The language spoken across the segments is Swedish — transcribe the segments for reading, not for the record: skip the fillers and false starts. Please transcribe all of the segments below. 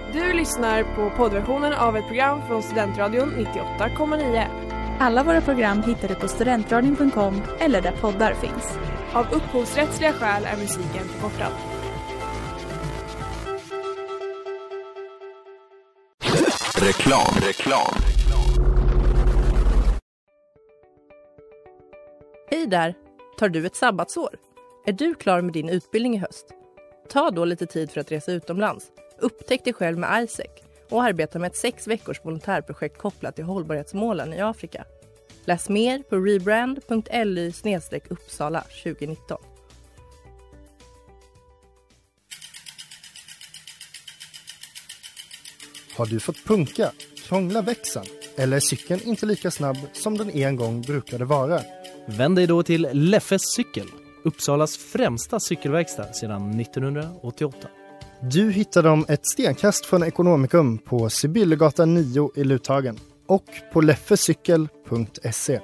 Du lyssnar på poddversionen av ett program från Studentradion 98,9. Alla våra program hittar du på studentradion.com eller där poddar finns. Av upphovsrättsliga skäl är musiken förkortad. Reklam. Hej där! Tar du ett sabbatsår? Är du klar med din utbildning i höst? Ta då lite tid för att resa utomlands. Upptäck dig själv med ISEC och arbeta med ett 6 veckors volontärprojekt kopplat till hållbarhetsmålen i Afrika. Läs mer på rebrand.ly/Uppsala 2019. Har du fått punka, krångla växeln eller är cykeln inte lika snabb som den en gång brukade vara? Vänd dig då till Leffes cykel, Uppsalas främsta cykelverkstad sedan 1988. Du hittar dem ett stenkast från Ekonomikum på Sibyllegatan 9 i Luthagen och på leffecykel.se.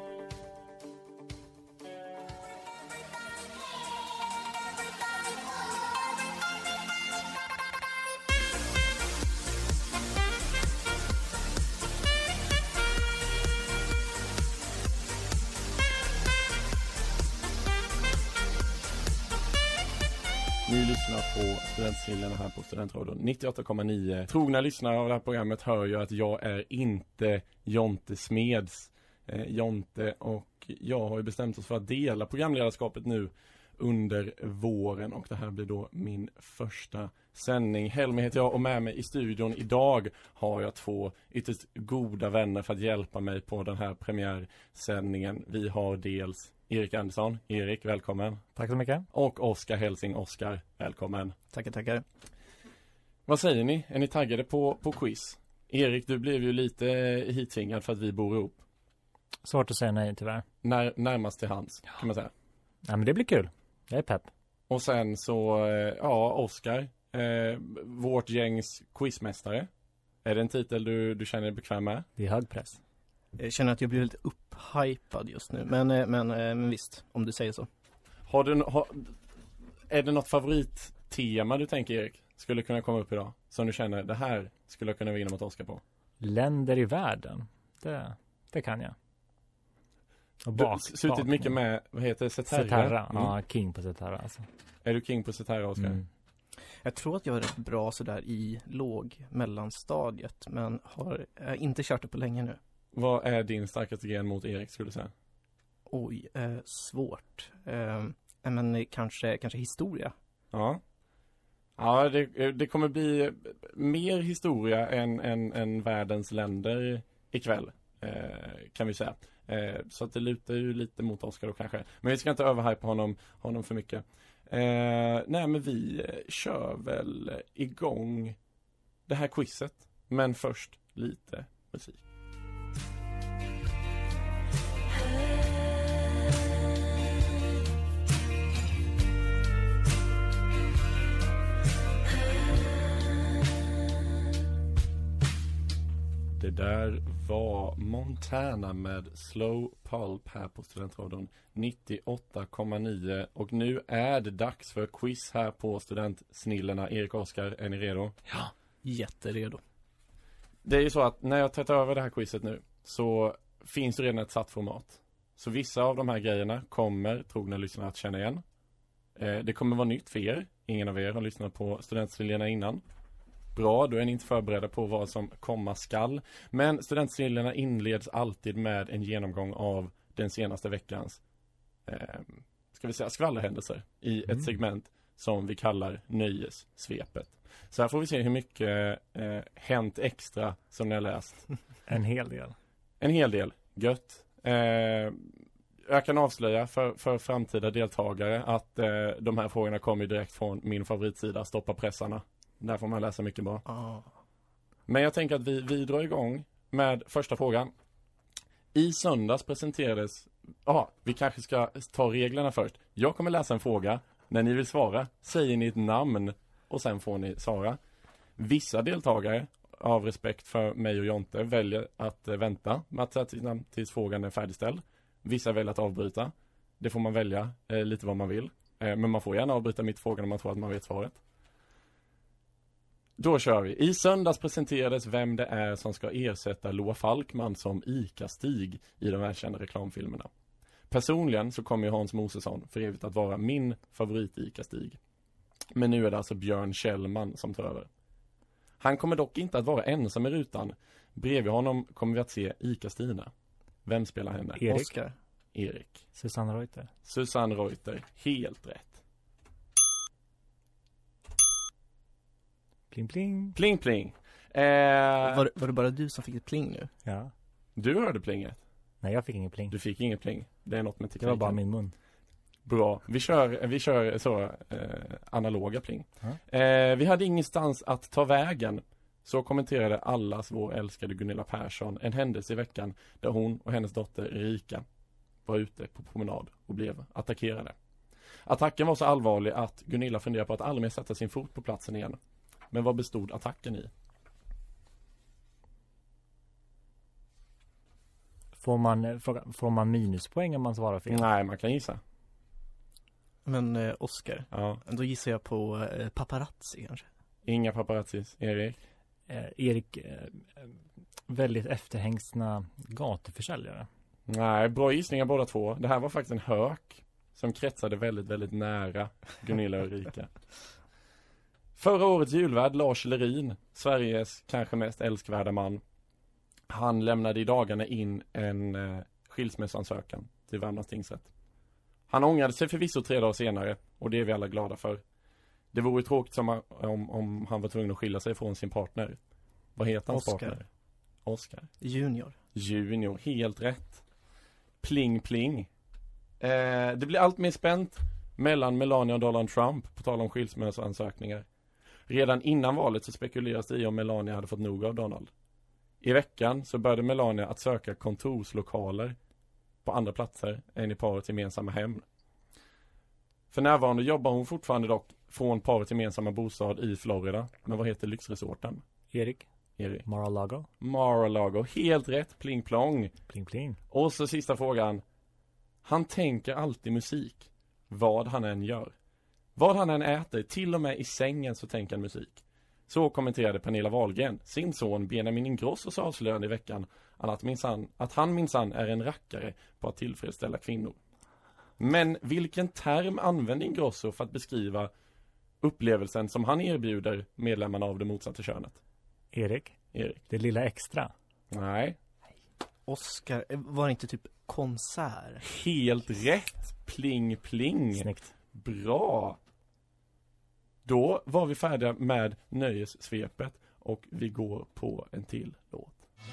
Ni lyssnar på Studentsnillena här på Studentradion 98,9. Trogna lyssnare av det här programmet hör ju att jag är inte Jonte Smeds. Jonte och jag har ju bestämt oss för att dela programledarskapet nu under våren och det här blir då min första sändning. Helmi heter jag och med mig i studion idag har jag 2 ytterst goda vänner för att hjälpa mig på den här premiärsändningen. Vi har dels Erik Andersson. Erik, välkommen. Tack så mycket. Och Oskar Helsing. Oskar, välkommen. Tackar. Vad säger ni? Är ni taggade på quiz? Erik, du blev ju lite hitvingad för att vi bor ihop. Svårt att säga nej tyvärr. Närmast till hands, kan man säga. Ja, men det blir kul. Jag är pepp. Och sen så, Oskar, vårt gängs quizmästare. Är det en titel du känner dig bekväm med? Det är hög press. Jag känner att jag blir lite upphypad just nu. Men visst, om du säger så. Är det något favorittema du tänker, Erik, skulle kunna komma upp idag? Som du känner, det här skulle jag kunna vinna mot Oskar på? Länder i världen. Det kan jag. Och du har suttit mycket med, vad heter det? Seterra. Ja, king på Seterra alltså. Är du king på Seterra, Oskar? Jag tror att jag är rätt bra sådär i mellanstadiet. Men har inte kört det på länge nu. Vad är din starkaste gren mot Erik, skulle du säga? Oj, svårt. Men kanske historia. Ja. Ja, det kommer bli mer historia än världens länder ikväll, kan vi säga. Så att det lutar ju lite mot Oskar då kanske. Men vi ska inte överhypa honom för mycket. Nej, men vi kör väl igång det här quizet. Men först lite musik. Det där var Montana med Slow Pulp här på Studentradion 98,9 och nu är det dags för quiz här på Studentsnillena. Erik och Oskar, är ni redo? Ja, jätteredo. Det är ju så att när jag tar över det här quizet nu så finns det redan ett satt format. Så vissa av de här grejerna kommer trogna lyssnare att känna igen. Det kommer vara nytt för er. Ingen av er har lyssnat på Studentsnillena innan. Bra, då är ni inte förberedda på vad som komma skall. Men Studentsnillena inleds alltid med en genomgång av den senaste veckans ska vi säga skvallerhändelser i ett segment som vi kallar nöjessvepet. Så här får vi se hur mycket hänt extra som ni har läst. En hel del. En hel del, gött. Jag kan avslöja för framtida deltagare att de här frågorna kommer direkt från min favoritsida, Stoppa pressarna. Där får man läsa mycket bra. Men jag tänker att vi drar igång med första frågan. I söndags presenterades... vi kanske ska ta reglerna först. Jag kommer läsa en fråga. När ni vill svara säger ni ett namn och sen får ni svara. Vissa deltagare, av respekt för mig och Jonte, väljer att vänta med att säga sitt namn tills frågan är färdigställd. Vissa väljer att avbryta. Det får man välja lite vad man vill. Men man får gärna avbryta mitt fråga om man tror att man vet svaret. Då kör vi. I söndags presenterades vem det är som ska ersätta Loa Falkman som Ica-Stig i de välkända reklamfilmerna. Personligen så kommer Hans Mosesson för evigt att vara min favorit Ica-Stig. Men nu är det alltså Björn Kjellman som tar över. Han kommer dock inte att vara ensam i rutan. Bredvid honom kommer vi att se Ica-Stina. Vem spelar henne? Erik. Oscar. Erik. Susanne Reuter. Susanne Reuter. Helt rätt. Pling pling. Pling pling. Var det bara du som fick ett pling nu? Ja. Du hörde plinget. Nej, jag fick ingen pling. Du fick inget pling. Det är något med Det tekniken. var bara min mun. Bra. Vi kör så analoga pling. Vi hade ingenstans att ta vägen. Så kommenterade allas vår älskade Gunilla Persson en händelse i veckan där hon och hennes dotter Erika var ute på promenad och blev attackerade. Attacken var så allvarlig att Gunilla funderade på att aldrig mer sätta sin fot på platsen igen. Men vad bestod attacken i? Får man minuspoäng om man svarar fel? Nej, man kan gissa. Men Oscar, Ja. då gissar jag på paparazzi kanske. Inga paparazzis. Erik? Erik, väldigt efterhängsna gatuförsäljare. Nej, bra gissningar båda två. Det här var faktiskt en hök som kretsade väldigt, väldigt nära Gunilla och Erika. Förra årets julvärd Lars Lerin, Sveriges kanske mest älskvärda man. Han lämnade i dagarna in en skilsmässoansökan till Värmlands tingsrätt. Han ångrade sig förvisso 3 dagar senare och det är vi alla glada för. Det vore tråkigt om han var tvungen att skilja sig från sin partner. Vad heter hans partner? Oscar. Junior, helt rätt. Pling pling. Det blir allt mer spänt mellan Melania och Donald Trump på tal om skilsmässoansökningar. Redan innan valet så spekuleras det i om Melania hade fått nog av Donald. I veckan så började Melania att söka kontorslokaler på andra platser än i parets gemensamma hem. För närvarande jobbar hon fortfarande dock från parets gemensamma bostad i Florida. Men vad heter lyxresorten? Erik. Mar-a-Lago. Mar-a-Lago, helt rätt, pling plong. Pling pling. Och så sista frågan. Han tänker alltid musik. Vad han än gör. Vad han än äter, till och med i sängen så tänker han musik. Så kommenterade Pernilla Wahlgren sin son Benjamin Ingrossos avslöjande i veckan att han minsann är en rackare på att tillfredsställa kvinnor. Men vilken term använder Ingrosso för att beskriva upplevelsen som han erbjuder medlemmarna av det motsatta könet? Erik. Det lilla extra. Nej. Oscar, var det inte typ konsert? Helt rätt. Pling pling. Snyggt. Bra. Då var vi färdiga med nöjessvepet och vi går på en till låt.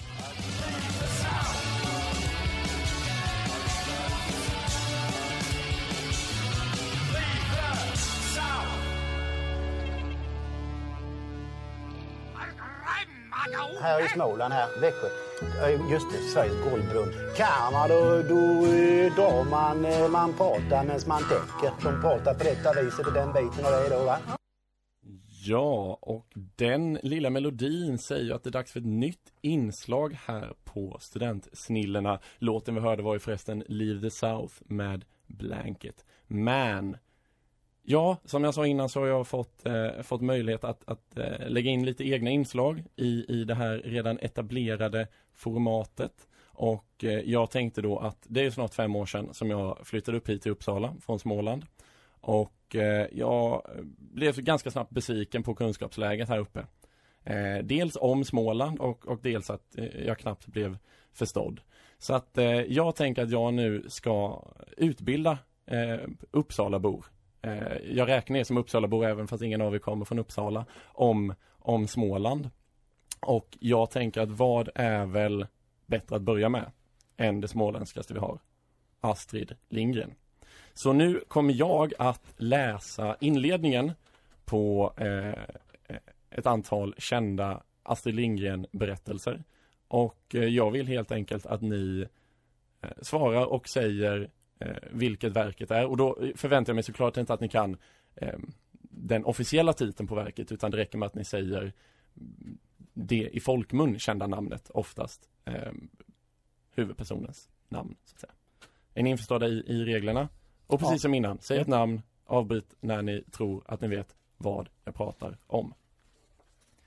Här i Småland här, Växjö. Just det, Sveriges Golvbrunn. Karma, då drar man pratar medan man tänker. De pratar på detta viset och den biten av det då, va? Ja, och den lilla melodin säger att det är dags för ett nytt inslag här på Studentsnillena. Låten vi hörde var ju förresten Leave the South med Blanket Man. Ja, som jag sa innan så har jag fått möjlighet att lägga in lite egna inslag i det här redan etablerade formatet. Och jag tänkte då att det är snart 5 år sedan som jag flyttade upp hit till Uppsala från Småland. Och jag blev ganska snabbt besviken på kunskapsläget här uppe. Dels om Småland och dels att jag knappt blev förstådd. Så att jag tänker att jag nu ska utbilda Uppsalabor. Jag räknar er som Uppsalabor även fast ingen av er kommer från Uppsala om Småland. Och jag tänker att vad är väl bättre att börja med än det småländskaste vi har? Astrid Lindgren. Så nu kommer jag att läsa inledningen på ett antal kända Astrid Lindgren-berättelser. Och jag vill helt enkelt att ni svarar och säger vilket verket är. Och då förväntar jag mig såklart inte att ni kan den officiella titeln på verket, utan det räcker med att ni säger det i folkmun kända namnet, oftast huvudpersonens namn, så att säga. Är ni införstådda i reglerna? Och precis som innan, säg ett namn, avbryt när ni tror att ni vet vad jag pratar om.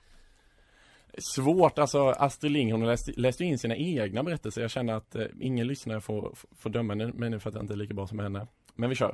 Svårt, alltså Astrid Lindgren läste in sina egna berättelser. Jag känner att ingen lyssnare får döma mig för att jag inte är lika bra som henne. Men vi kör.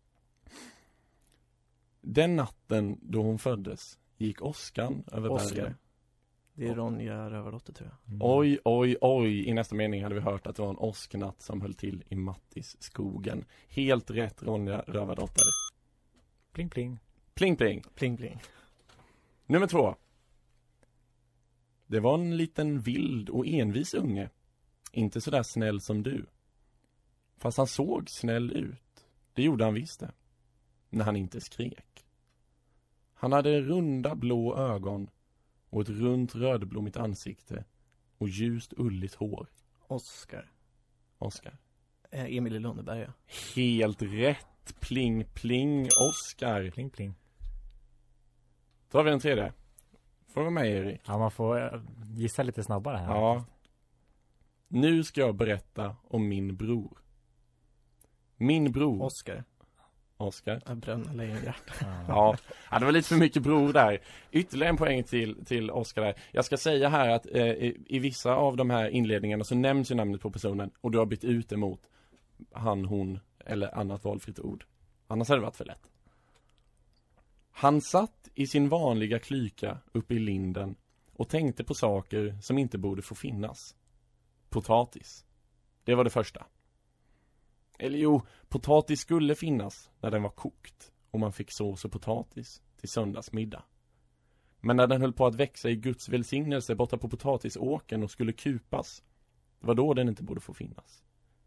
Den natten då hon föddes gick Oskan över bergen. Det är Ronja Rövardotter, tror jag. Oj. I nästa mening hade vi hört att det var en åsknatt som höll till i Mattis skogen. Helt rätt, Ronja Rövardotter. Pling, pling. Pling, pling. Pling, pling. Nummer 2. Det var en liten vild och envis unge. Inte så där snäll som du. Fast han såg snäll ut. Det gjorde han visst det. När han inte skrek. Han hade runda blå ögon och ett runt rödblommigt ansikte och ljust ulligt hår. Oscar. Emil i Lönneberga. Helt rätt. Pling, pling. Oscar. Pling, pling. Då har vi den 3. Får du med, Erik? Ja, man får gissa lite snabbare här. Ja. Nu ska jag berätta om min bror. Min bror. Oscar. Bränna lejonhjärta. Ja, det var lite för mycket bror där. Ytterligare en poäng till Oscar där. Jag ska säga här att i vissa av de här inledningarna så nämns ju namnet på personen och du har bytt ut emot han, hon eller annat valfritt ord. Annars hade det varit för lätt. Han satt i sin vanliga klyka uppe i linden och tänkte på saker som inte borde få finnas. Potatis. Det var det första. Eller jo, potatis skulle finnas när den var kokt och man fick sås och potatis till söndagsmiddag. Men när den höll på att växa i Guds välsignelse borta på potatisåkern och skulle kupas, det var då den inte borde få finnas.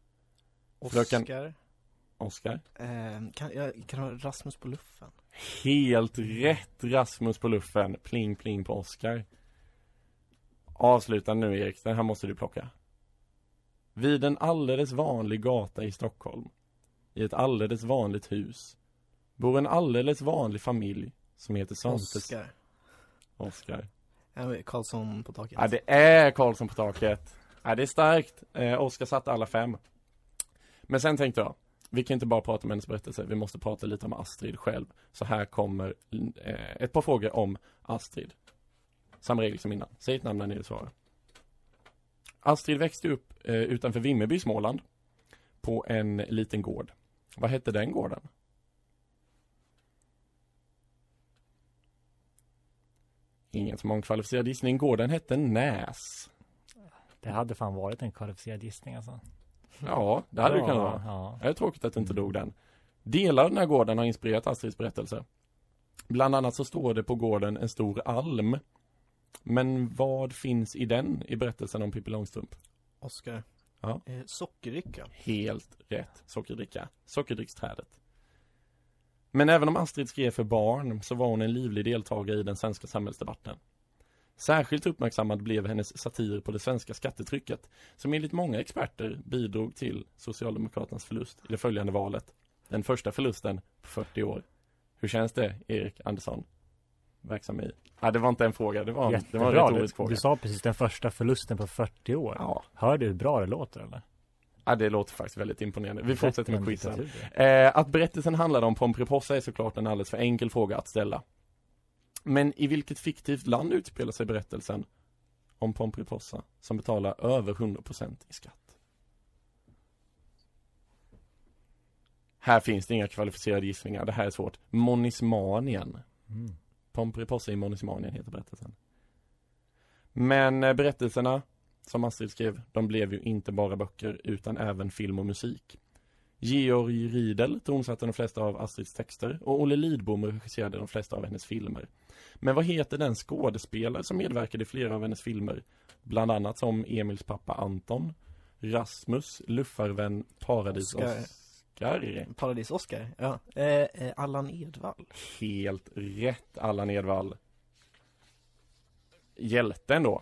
Oscar. Kan det vara Rasmus på luffen? Helt rätt, Rasmus på luffen. Pling, pling på Oscar. Avsluta nu, Erik. Den här måste du plocka. Vid en alldeles vanlig gata i Stockholm, i ett alldeles vanligt hus, bor en alldeles vanlig familj som heter Santes. Oscar. Karlsson på taket. Ja, det är Karlsson på taket. Ja, det är starkt. Oscar satte alla 5. Men sen tänkte jag, vi kan inte bara prata om hennes berättelse, vi måste prata lite om Astrid själv. Så här kommer ett par frågor om Astrid. Samma regel som innan. Säg ett namn när ni svarar. Astrid växte upp utanför Vimmerby, Småland, på en liten gård. Vad hette den gården? Ingen som har en kvalificerad gissning. Gården hette Näs. Det hade fan varit en kvalificerad gissning alltså. Ja, det hade det kunnat vara. Ja. Det är tråkigt att du inte dog den. Delar av den här gården har inspirerat Astrids berättelse. Bland annat så står det på gården en stor alm. Men vad finns i den i berättelsen om Pippi Långstrump? Oscar. Ja. Sockerdricka. Helt rätt. Sockerdricka. Sockerdricksträdet. Men även om Astrid skrev för barn så var hon en livlig deltagare i den svenska samhällsdebatten. Särskilt uppmärksammad blev hennes satir på det svenska skattetrycket, som enligt många experter bidrog till Socialdemokraternas förlust i det följande valet. Den första förlusten på 40 år. Hur känns det, Erik Andersson? Verksam i. Nej, det var inte en fråga, det var en retorisk fråga. Du sa precis den första förlusten på 40 år. Ja. Hör du hur bra det låter, eller? Ja, det låter faktiskt väldigt imponerande. Vi fortsätter med quizen. Att berättelsen handlade om Pomperipossa är såklart en alldeles för enkel fråga att ställa. Men i vilket fiktivt land utspelar sig berättelsen om Pomperipossa som betalar över 100% i skatt? Här finns det inga kvalificerade gissningar. Det här är svårt. Monismanien. Pomperipossa i Monismanien heter berättelsen. Men berättelserna som Astrid skrev, de blev ju inte bara böcker utan även film och musik. Georg Riedel tonsatte de flesta av Astrids texter och Olle Lidbom regisserade de flesta av hennes filmer. Men vad heter den skådespelare som medverkade i flera av hennes filmer? Bland annat som Emils pappa Anton, Rasmus, Luffarvän, Paradis Oscar. Paradis Oscar, ja. Allan Edwall. Helt rätt, Allan Edwall. Hjälten då.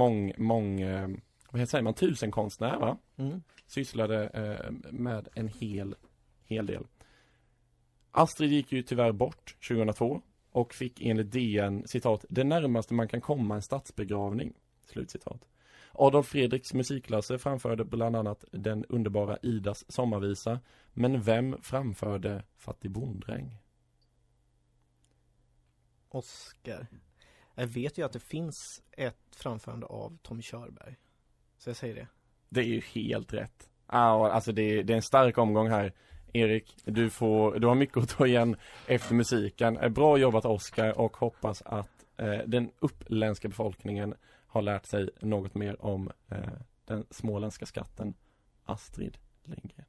Vad säger man? Tusenkonstnär, va? Sysslade med en hel del. Astrid gick ju tyvärr bort 2002 och fick enligt DN, citat, det närmaste man kan komma en statsbegravning, slutcitat. Adolf Fredriks musikklasser framförde bland annat den underbara Idas sommarvisa, men vem framförde Fattig bonddräng? Oscar. Jag vet ju att det finns ett framförande av Tommy Körberg. Så jag säger det. Det är ju helt rätt. Alltså det är en stark omgång här. Erik, du har mycket att ta igen efter musiken. Bra jobbat Oscar, och hoppas att den uppländska befolkningen har lärt sig något mer om den småländska skatten Astrid Lindgren.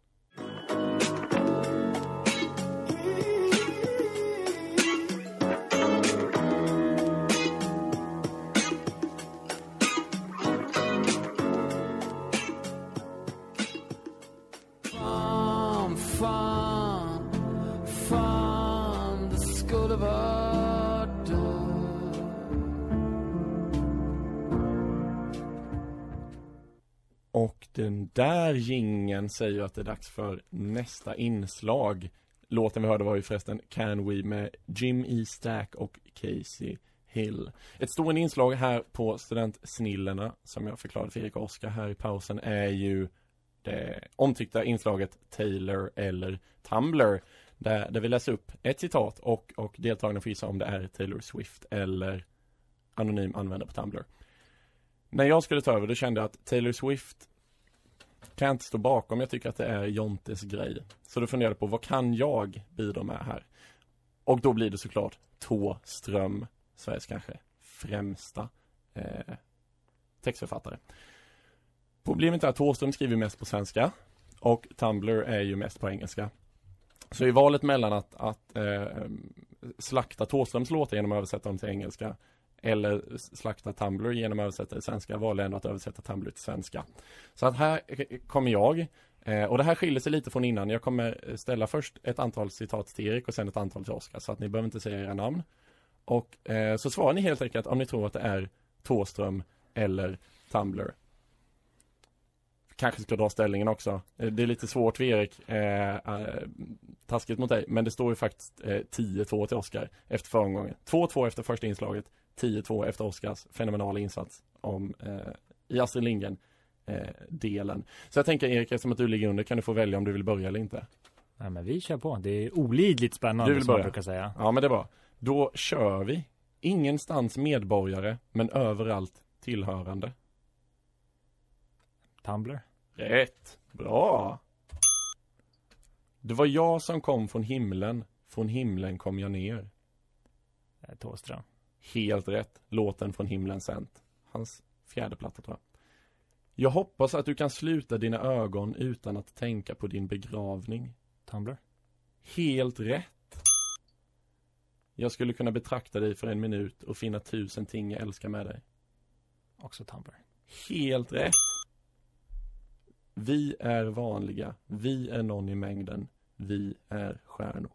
Och den där jingeln säger att det är dags för nästa inslag. Låten vi hörde var ju förresten Can We med Jim E. Stack och Casey Hill. Ett stående inslag här på Studentsnillena, som jag förklarade för Erik och Oskar här i pausen, är ju det omtyckta inslaget Taylor eller Tumblr. Där vi läser upp ett citat och deltagarna får gissa om det är Taylor Swift eller anonym användare på Tumblr. När jag skulle ta över, då kände jag att Taylor Swift kan jag inte stå bakom. Jag tycker att det är Jontes grej. Så då funderade jag på, vad kan jag bidra med här? Och då blir det såklart Thåström, Sveriges kanske främsta textförfattare. Problemet är att Thåström skriver mest på svenska och Tumblr är ju mest på engelska. Så i valet mellan att slakta Thåströms låtar genom att översätta dem till engelska eller slakta Tumblr genom att översätta till svenska, valde ändå att översätta Tumblr till svenska. Så att här kommer jag, och det här skiljer sig lite från innan. Jag kommer ställa först ett antal citat till Erik och sen ett antal till Oskar, så att ni behöver inte säga era namn. Och så svarar ni helt enkelt om ni tror att det är Thåström eller Tumblr. Kanske ska dra ställningen också. Det är lite svårt för Erik, taskigt mot dig, men det står ju faktiskt 10-2 till Oskar efter förra omgången. 2-2 efter första inslaget, 10-2 efter Oskars fenomenala insats i Astrid Lindgren delen. Så jag tänker, Erik, eftersom att du ligger under, kan du få välja om du vill börja eller inte. Nej, men vi kör på. Det är olidligt spännande, du vill som börja. man brukar säga. Ja, men det är bra. Då kör vi. Ingenstans medborgare, men överallt tillhörande. Tumblr. Rätt. Bra. Det var jag som kom från himlen kom jag ner. Thåström. Helt rätt. Låten Från himlen sänt. Hans fjärde platta, tror jag. Jag hoppas att du kan sluta dina ögon utan att tänka på din begravning. Tumblr. Helt rätt. Jag skulle kunna betrakta dig för en minut och finna 1000 ting jag älskar med dig. Också Tumblr. Helt rätt. Vi är vanliga. Vi är någon i mängden. Vi är stjärnor.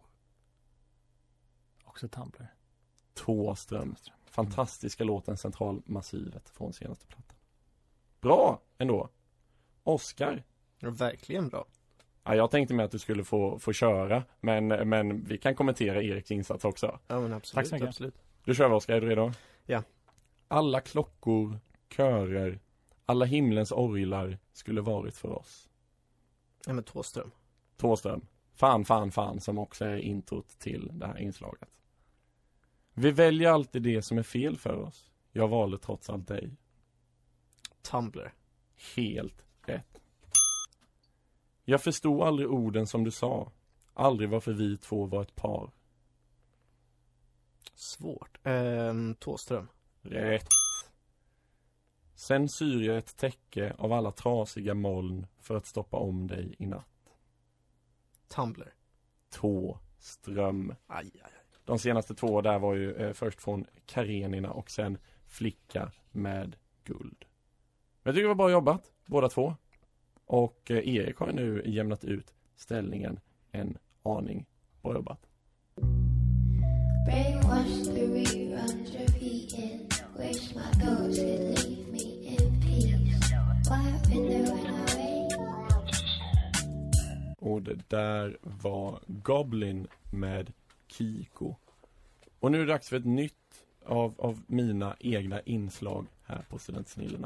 Också Tumblr. Thåström. Fantastiska låten Centralmassivet från senaste plattan. Bra ändå. Oskar. Ja, verkligen bra. Ja, jag tänkte med att du skulle få köra, men vi kan kommentera Eriks insats också. Ja, men absolut. Tack så mycket. Absolut. Du kör, Oskar, är du redo? Ja. Alla klockor, körer, alla himlens orglar skulle varit för oss. Ja, men Thåström. Thåström. Fan, som också är introt till det här inslaget. Vi väljer alltid det som är fel för oss. Jag valde trots allt dig. Tumblr. Helt rätt. Jag förstod aldrig orden som du sa. Aldrig varför vi två var ett par. Svårt. Thåström. Rätt. Sen syr jag ett täcke av alla trasiga moln för att stoppa om dig i natt. Tumblr. Thåström. Aj. De senaste två där var ju först från Karenina och sen Flicka med guld. Men jag tycker det var bra jobbat, båda två. Och Erik har nu jämnat ut ställningen en aning. Bra jobbat. Brainwash the reruns repeating. Wish my thoughts could leave me in peace. What window went away? Och det där var Goblin med Kiko. Och nu är det dags för ett nytt av mina egna inslag här på Studentsnillena.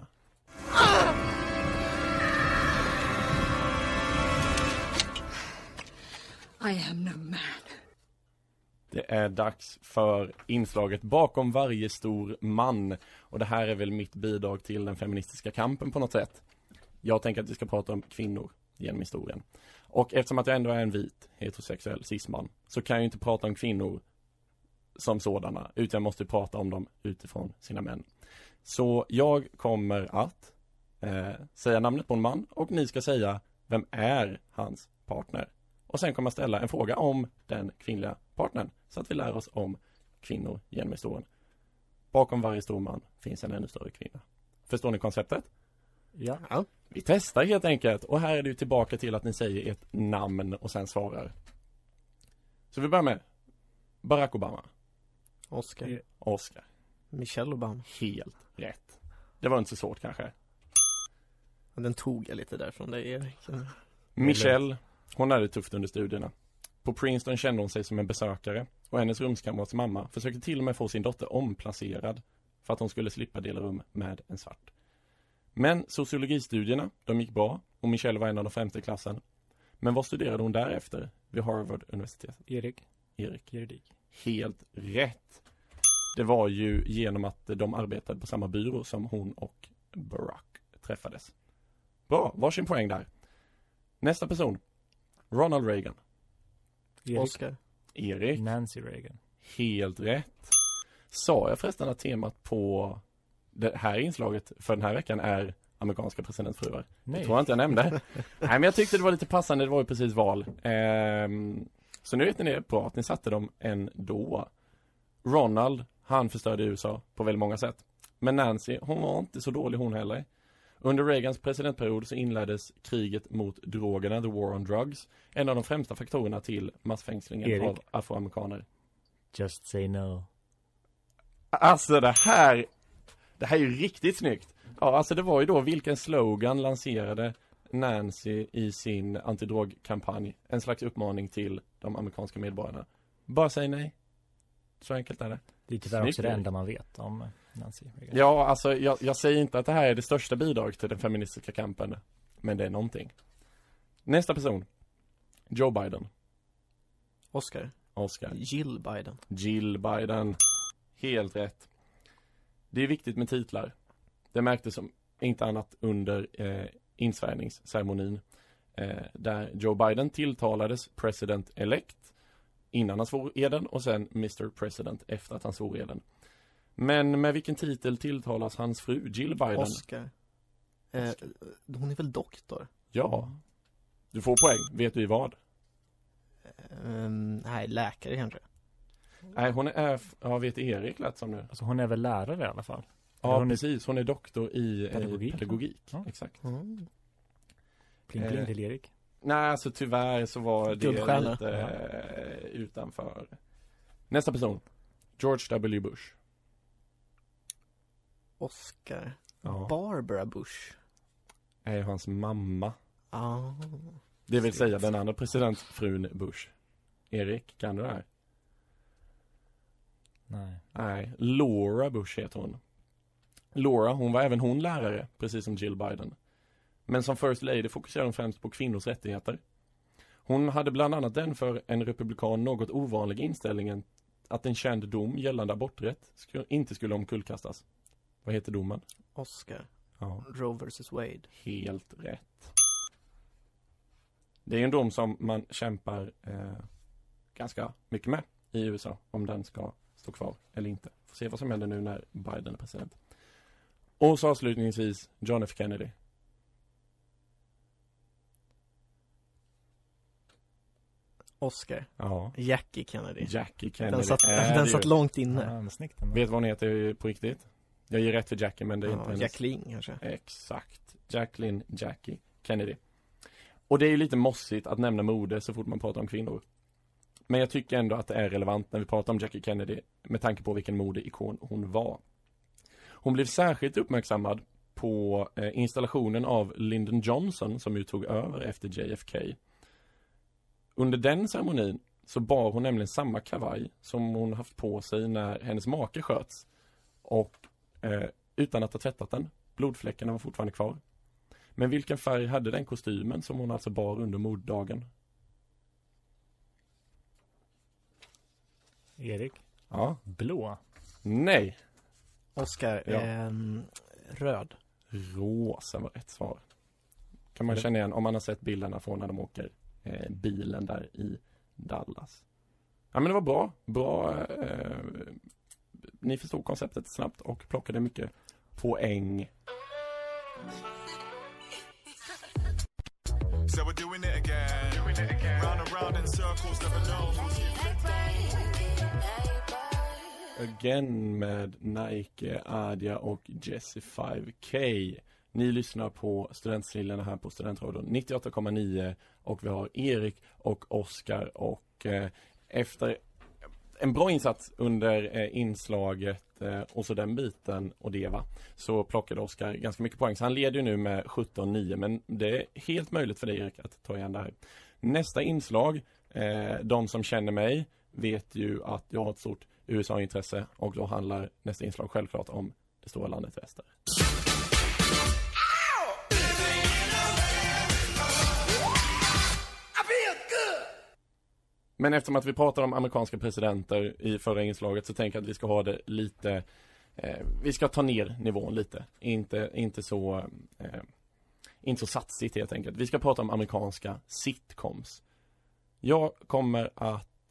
I am no man. Det är dags för inslaget bakom varje stor man. Och det här är väl mitt bidrag till den feministiska kampen på något sätt. Jag tänker att vi ska prata om kvinnor genom historien. Och eftersom att jag ändå är en vit, heterosexuell cisman, så kan jag inte prata om kvinnor som sådana, utan jag måste prata om dem utifrån sina män. Så jag kommer att säga namnet på en man och ni ska säga vem är hans partner. Och sen kommer jag ställa en fråga om den kvinnliga partnern så att vi lär oss om kvinnor genom historien. Bakom varje stor man finns en ännu större kvinna. Förstår ni konceptet? Ja. Vi testar helt enkelt. Och här är det ju tillbaka till att ni säger ett namn och sen svarar. Så vi börjar med Barack Obama. Oscar. Michelle Obama. Helt rätt. Det var inte så svårt kanske. Den tog jag lite där från dig, Erik. Michelle, hon hade det tufft under studierna. På Princeton kände hon sig som en besökare och hennes rumskamrats mamma försökte till och med få sin dotter omplacerad för att hon skulle slippa dela rum med en svart. Men sociologistudierna, de gick bra och Michelle var en av de främsta i klassen. Men vad studerade hon därefter vid Harvard-universitetet? Erik. Juridik. Helt rätt. Det var ju genom att de arbetade på samma byrå som hon och Barack träffades. Bra, varsin poäng där. Nästa person. Ronald Reagan. Erik. Nancy Reagan. Helt rätt. Sa jag förresten att temat på det här inslaget för den här veckan är amerikanska presidentfruar? Nej. Det tror jag inte jag nämnde. Nej, men jag tyckte det var lite passande. Det var ju precis val. Så nu vet ni det bra att ni satte dem ändå. Ronald, han förstörde USA på väldigt många sätt. Men Nancy, hon var inte så dålig hon heller. Under Reagans presidentperiod så inleddes kriget mot drogerna, the war on drugs. En av de främsta faktorerna till massfängslingen av afroamerikaner. Just say no. Alltså det här är ju riktigt snyggt. Ja, alltså det var ju då vilken slogan lanserade Nancy i sin antidrogkampanj. En slags uppmaning till de amerikanska medborgarna. Bara säg nej. Så enkelt är det. Det är tyvärr också det enda man vet om Nancy Reagan. Ja, alltså jag säger inte att det här är det största bidrag till den feministiska kampen. Men det är någonting. Nästa person. Joe Biden. Oscar. Jill Biden. Helt rätt. Det är viktigt med titlar. Det märktes som inte annat under insvärjningsceremonin. Där Joe Biden tilltalades president-elect innan han svor eden och sen Mr. President efter att han svor eden. Men med vilken titel tilltalas hans fru Jill Biden? Oscar. Hon är väl doktor? Ja. Du får poäng. Vet du i vad? Nej, läkare kanske. Nej, hon är... Ja, vet Erik lätt som nu. Alltså hon är väl lärare i alla fall. Ja, precis. Hon är doktor i pedagogik. Ja. Exakt. Pling till Erik. Nej, alltså tyvärr så var det lite utanför. Nästa person. George W. Bush. Oscar. Ja. Barbara Bush. Är hans mamma. Det vill säga den andra presidentfrun Bush. Erik, kan du det här? Nej. Laura Bush heter hon. Laura, hon var även hon lärare, precis som Jill Biden. Men som First Lady fokuserar hon främst på kvinnors rättigheter. Hon hade bland annat den för en republikan något ovanliga inställningen att en känd dom gällande aborträtt inte skulle omkullkastas. Vad heter domen? Oscar. Ja. Roe vs. Wade. Helt rätt. Det är en dom som man kämpar ganska mycket med i USA. Om den ska stå kvar eller inte. Får se vad som händer nu när Biden är president. Och så avslutningsvis John F. Kennedy. Oscar. Ja. Jackie Kennedy. Den satt långt inne. Ja, vet vad hon heter på riktigt? Jag ger rätt för Jackie, men det är inte hennes. Jacqueline kanske. Exakt. Jackie Kennedy. Och det är ju lite mossigt att nämna mode så fort man pratar om kvinnor. Men jag tycker ändå att det är relevant när vi pratar om Jackie Kennedy med tanke på vilken modeikon hon var. Hon blev särskilt uppmärksammad på installationen av Lyndon Johnson som ju tog över efter JFK. Under den ceremonin så bar hon nämligen samma kavaj som hon haft på sig när hennes make sköts. Och utan att ha tvättat den. Blodfläckarna var fortfarande kvar. Men vilken färg hade den kostymen som hon alltså bar under morddagen? Erik? Ja. Blå? Nej. Oscar, Ja. Röd. Rosa var rätt svar. Kan man känna igen om man har sett bilderna från när de åker bilen där i Dallas. Ja, men det var bra. Ni förstod konceptet snabbt och plockade mycket poäng. So we're doing it again. Round and round in circles, never know. Again med Nike, Adia och Jessie 5K. Ni lyssnar på Studentsnillena här på Studentradion 98,9 och vi har Erik och Oskar och efter en bra insats under inslaget och så den biten och det va, så plockade Oskar ganska mycket poäng. Så han leder ju nu med 17-9, men det är helt möjligt för dig Erik att ta igen det här. Nästa inslag, de som känner mig vet ju att jag har ett stort USA-intresse och då handlar nästa inslag självklart om det stora landet väster. Men eftersom att vi pratar om amerikanska presidenter i förra inslaget så tänker jag att vi ska ha det lite vi ska ta ner nivån lite. Inte så satsigt helt enkelt. Vi ska prata om amerikanska sitcoms. Jag kommer att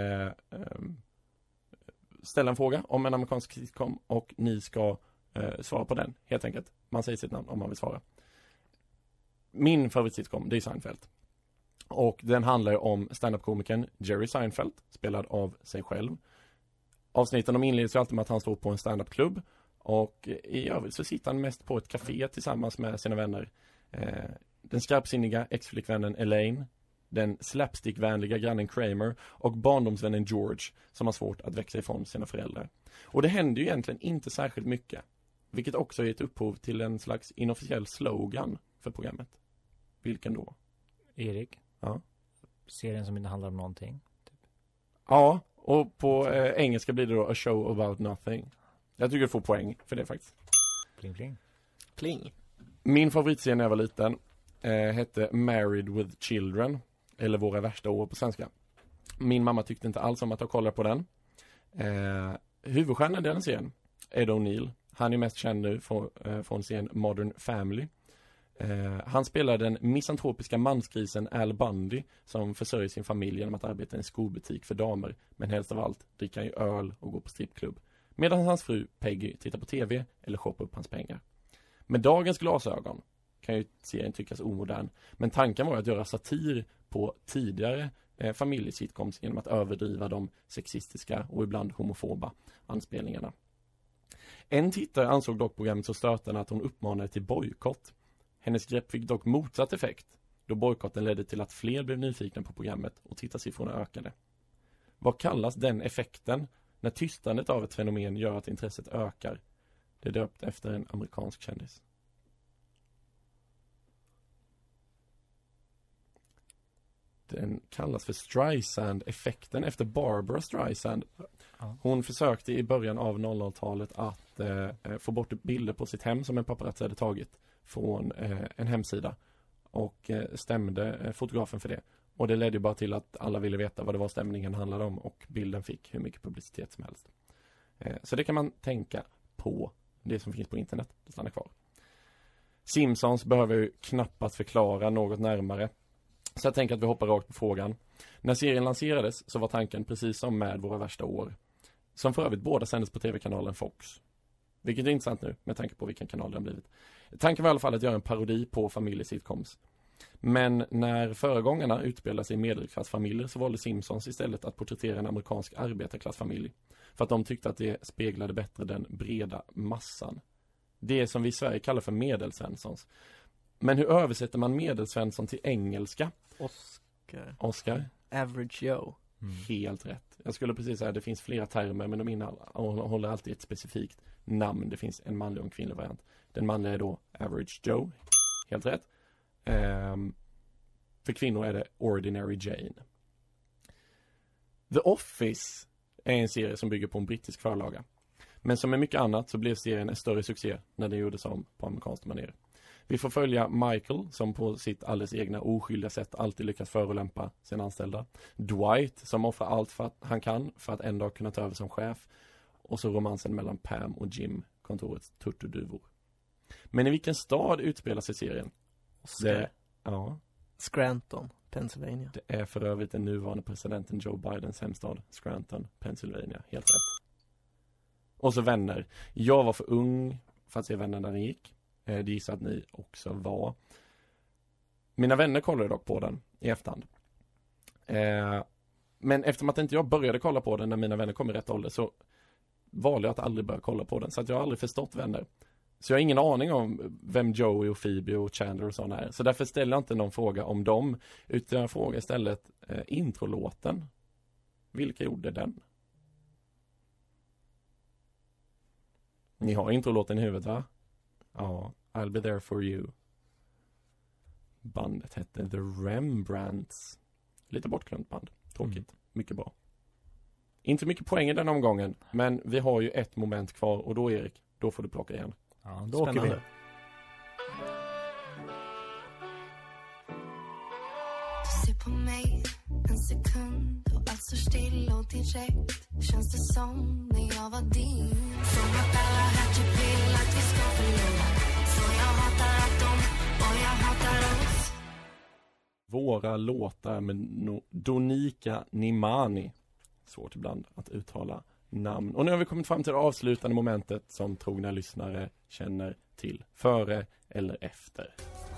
ställa en fråga om en amerikansk sitcom och ni ska svara på den helt enkelt. Man säger sitt namn om man vill svara. Min favoritsitcom, det är Seinfeld. Och den handlar om stand-up-komikern Jerry Seinfeld, spelad av sig själv. Avsnitten de inleds ju alltid med att han står på en stand-up-klubb. Och i övrigt så sitter han mest på ett café tillsammans med sina vänner. Den skarpsinniga ex-flickvännen Elaine, den slapstick-vänliga grannen Kramer och barndomsvännen George som har svårt att växa ifrån sina föräldrar. Och det händer ju egentligen inte särskilt mycket. Vilket också är ett upphov till en slags inofficiell slogan för programmet. Vilken då? Erik? Ja. Serien som inte handlar om någonting. Typ. Ja, och på engelska blir det då A Show About Nothing. Jag tycker du får poäng för det faktiskt. Pling pling. Pling. Min favoritserie när jag var liten hette Married with Children. Eller Våra värsta år på svenska. Min mamma tyckte inte alls om att jag kollade på den. Huvudstjärnan i den serien, Ed O'Neill. Han är mest känd nu från serien Modern Family. Han spelar den misantropiska mansgrisen Al Bundy som försörjer sin familj genom att arbeta i en skobutik för damer, men helst av allt dricker han ju öl och går på strippklubb. Medan hans fru Peggy tittar på tv eller shoppar upp hans pengar. Med dagens glasögon kan ju serien tyckas omodern, men tanken var att göra satir på tidigare familjesitcoms genom att överdriva de sexistiska och ibland homofoba anspelningarna. En tittare ansåg dock programmet så stötande att hon uppmanade till bojkott. Hennes grepp fick dock motsatt effekt, då bojkotten ledde till att fler blev nyfikna på programmet och tittarsiffrorna ökade. Vad kallas den effekten när tystandet av ett fenomen gör att intresset ökar? Det är döpt efter en amerikansk kändis. Den kallas för Streisand-effekten efter Barbara Streisand. Hon försökte i början av 00-talet att få bort bilder på sitt hem som en paparazzi hade tagit från en hemsida och stämde fotografen för det. Och det ledde ju bara till att alla ville veta vad det var stämningen handlade om och bilden fick hur mycket publicitet som helst. Så det kan man tänka på, det som finns på internet, det stannar kvar. Simpsons behöver ju knappast förklara något närmare. Så jag tänker att vi hoppar rakt på frågan. När serien lanserades så var tanken precis som med Våra värsta år. Som för övrigt båda sändes på tv-kanalen Fox. Vilket är intressant nu med tanke på vilken kanal det har blivit. Tanken var i alla fall att göra en parodi på familjesitcoms. Men när föregångarna utspelade sig i medelklassfamiljer så valde Simpsons istället att porträttera en amerikansk arbetarklassfamilj. För att de tyckte att det speglade bättre den breda massan. Det som vi i Sverige kallar för medelsvenssons. Men hur översätter man medelsvensson till engelska? Oscar? Average Joe. Helt rätt. Jag skulle precis säga att det finns flera termer, men de innehåller alltid ett specifikt namn. Det finns en manlig och en kvinnlig variant. Den manliga är då Average Joe. Helt rätt. För kvinnor är det Ordinary Jane. The Office är en serie som bygger på en brittisk förlaga. Men som med mycket annat så blev serien en större succé när den gjordes om på amerikanskt manér. Vi får följa Michael som på sitt alldeles egna oskyldiga sätt alltid lyckas förolämpa sina anställda. Dwight som offrar allt för att han kan för att en dag kunna ta över som chef. Och så romansen mellan Pam och Jim, kontorets turturduvor. Men i vilken stad utspelar sig serien? Ja. Scranton, Pennsylvania. Det är för övrigt den nuvarande presidenten Joe Bidens hemstad, Scranton, Pennsylvania. Helt rätt. Och så Vänner. Jag var för ung för att se Vänner när den gick. Det gissar att ni också var. Mina vänner kollade dock på den i efterhand. Men eftersom att inte jag började kolla på den när mina vänner kom i rätt ålder så valde jag att aldrig börja kolla på den. Så att jag har aldrig förstått Vänner. Så jag har ingen aning om vem Joey och Phoebe och Chandler och sådana är. Så därför ställer jag inte någon fråga om dem. Utan jag frågar istället introlåten. Vilka gjorde den? Ni har introlåten i huvudet, va? Ja, I'll be there for you. Bandet hette The Rembrandts. Lite bortglömt band. Tråkigt. Mycket bra. Inte mycket poäng i den omgången. Men vi har ju ett moment kvar. Och då, Erik, då får du plocka igen. Ja, då åker vi. Se på mig en sekund och allt står still och direkt känns det som när jag var din. Som att alla här typ vill att vi ska förlora. Så jag hatar att de och jag hatar oss. Våra låtar med Donika Nimani. Svårt ibland att uttala namn. Och nu har vi kommit fram till det avslutande momentet som trogna lyssnare känner till. Före eller efter.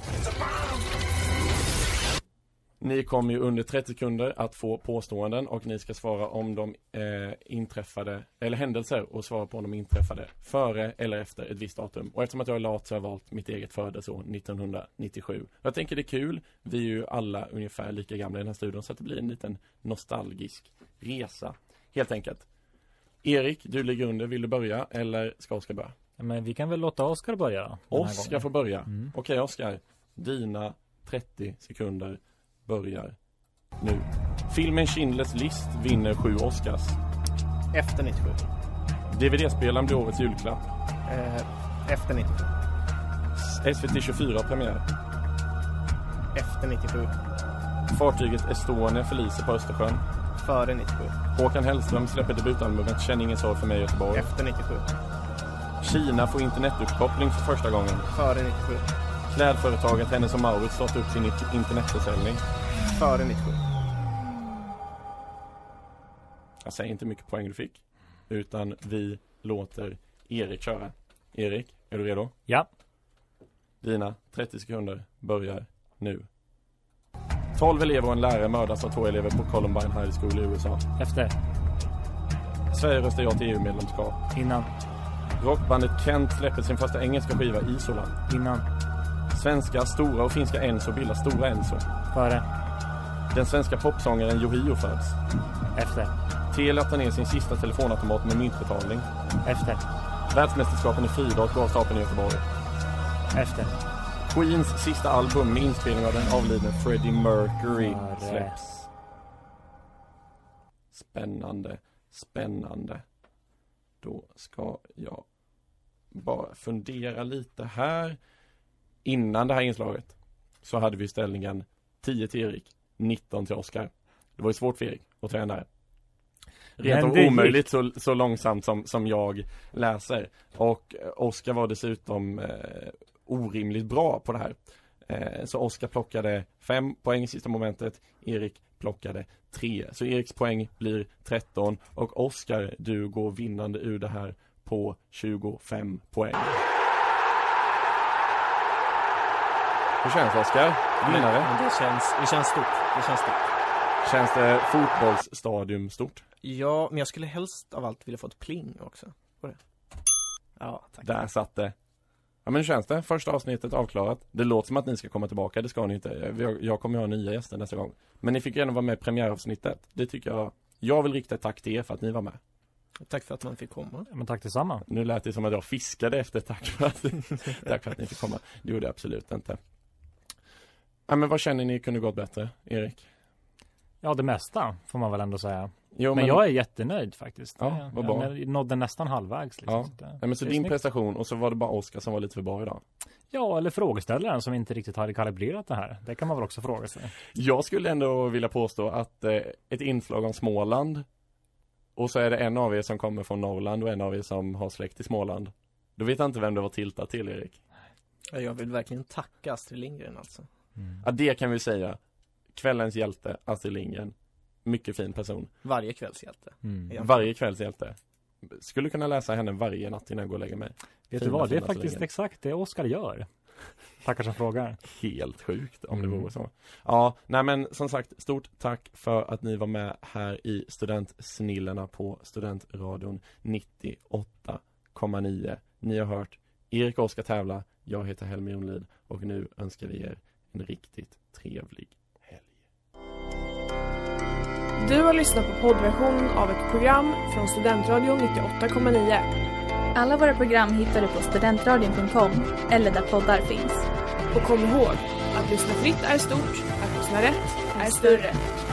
Ni kommer ju under 30 sekunder att få påståenden och ni ska svara om de inträffade, eller händelser, och svara på om de inträffade före eller efter ett visst datum. Och eftersom att jag är lat så har jag valt mitt eget födelseår 1997. Jag tänker det är kul, vi är ju alla ungefär lika gamla i den här studion så att det blir en liten nostalgisk resa, helt enkelt. Erik, du ligger under, vill du börja eller ska Oskar börja? Ja, men vi kan väl låta Oskar börja. Oskar får börja. Okej, Oskar, dina 30 sekunder börjar nu. Filmen Schindler's List vinner 7 Oscars. Efter 97. DVD-spelaren blir årets julklapp. Efter 97. SVT 24 premiär. Efter 97. Fartyget Estonia förliser på Östersjön. Före 97. Håkan Hellström släpper debutalbumet Känn ingen sorg för mig i Göteborg. Efter 97. Kina får internetuppkoppling för första gången. Före 97. Klädföretaget Hennes och Mauritz startar upp sin internetförsäljning. Före 97. Jag säger inte mycket poäng du fick. Utan vi låter Erik köra. Erik, är du redo? Ja. Dina 30 sekunder börjar nu. 12 elever och en lärare mördas av 2 elever på Columbine High School i USA. Efter. Sverige röstar ja till EU-medlemskap. Innan. Rockbandet Kent släpper sin första engelska skiva Isola. Innan. Svenska, Stora och finska Enso bildar Stora Enso. Före. Den svenska popsångaren Yohio föds. Efter. Telia tar ner sin sista telefonautomat med myntbetalning. Efter. Världsmästerskapen i friidrott går av stapeln i Göteborg. Efter. Queens sista album med inspelning av den avlidne Freddie Mercury släpps. Spännande, spännande. Då ska jag bara fundera lite här. Innan det här inslaget så hade vi ställningen 10 till Erik, 19 till Oskar. Det var ju svårt för Erik att ta där. Rent och omöjligt så långsamt som jag läser. Och Oskar var dessutom orimligt bra på det här. Så Oskar plockade 5 poäng i sista momentet. Erik plockade 3. Så Eriks poäng blir 13. Och Oskar, du går vinnande ur det här på 25 poäng. Hur känns Oskar? Vinnare? Det känns stort. Känns det fotbollsstadium stort? Ja, men jag skulle helst av allt vilja få ett pling också. Ja, tack. Där satt det. Ja, men hur känns det? Första avsnittet avklarat. Det låter som att ni ska komma tillbaka, det ska ni inte. Jag kommer ha nya gäster nästa gång. Men ni fick gärna vara med i premiäravsnittet. Det tycker jag. Jag vill rikta ett tack till er för att ni var med. Tack för att man fick komma. Ja, men tack detsamma. Nu lät det som att jag fiskade efter tack för att ni fick komma. Det gjorde jag absolut inte. Ja, men vad känner ni kunde gått bättre, Erik? Ja, det mesta får man väl ändå säga. Jo, men jag är jättenöjd faktiskt. Ja, vad bra. Jag nådde nästan halvvägs. Liksom. Ja. Men så din prestation och så var det bara Oskar som var lite för bra idag. Ja, eller frågeställaren som inte riktigt hade kalibrerat det här. Det kan man väl också fråga sig. Jag skulle ändå vilja påstå att ett inslag om Småland, och så är det en av er som kommer från Norrland och en av er som har släkt i Småland. Då vet jag inte vem det var tiltat till, Erik. Jag vill verkligen tacka Astrid Lindgren alltså. Ja, det kan vi säga. Kvällens hjälte, Astrid Lindgren. Mycket fin person. Varje kvällshjälte. Varje kvällshjälte. Skulle kunna läsa henne varje natt innan jag går och lägger mig. Vet du vad, det är faktiskt exakt det Oskar gör. Tackar som frågar. Helt sjukt om det vore så. Ja, nej men som sagt, stort tack för att ni var med här i Studentsnillena på Studentradion 98,9. Ni har hört Erik och Oskar tävla. Jag heter Helmer Jonlid och nu önskar vi er en riktigt trevlig helg. Du har lyssnat på poddversion av ett program från Studentradion 98,9. Alla våra program hittar du på studentradion.com eller där poddar finns. Och kom ihåg, att lyssna fritt är stort, att lyssna rätt är större.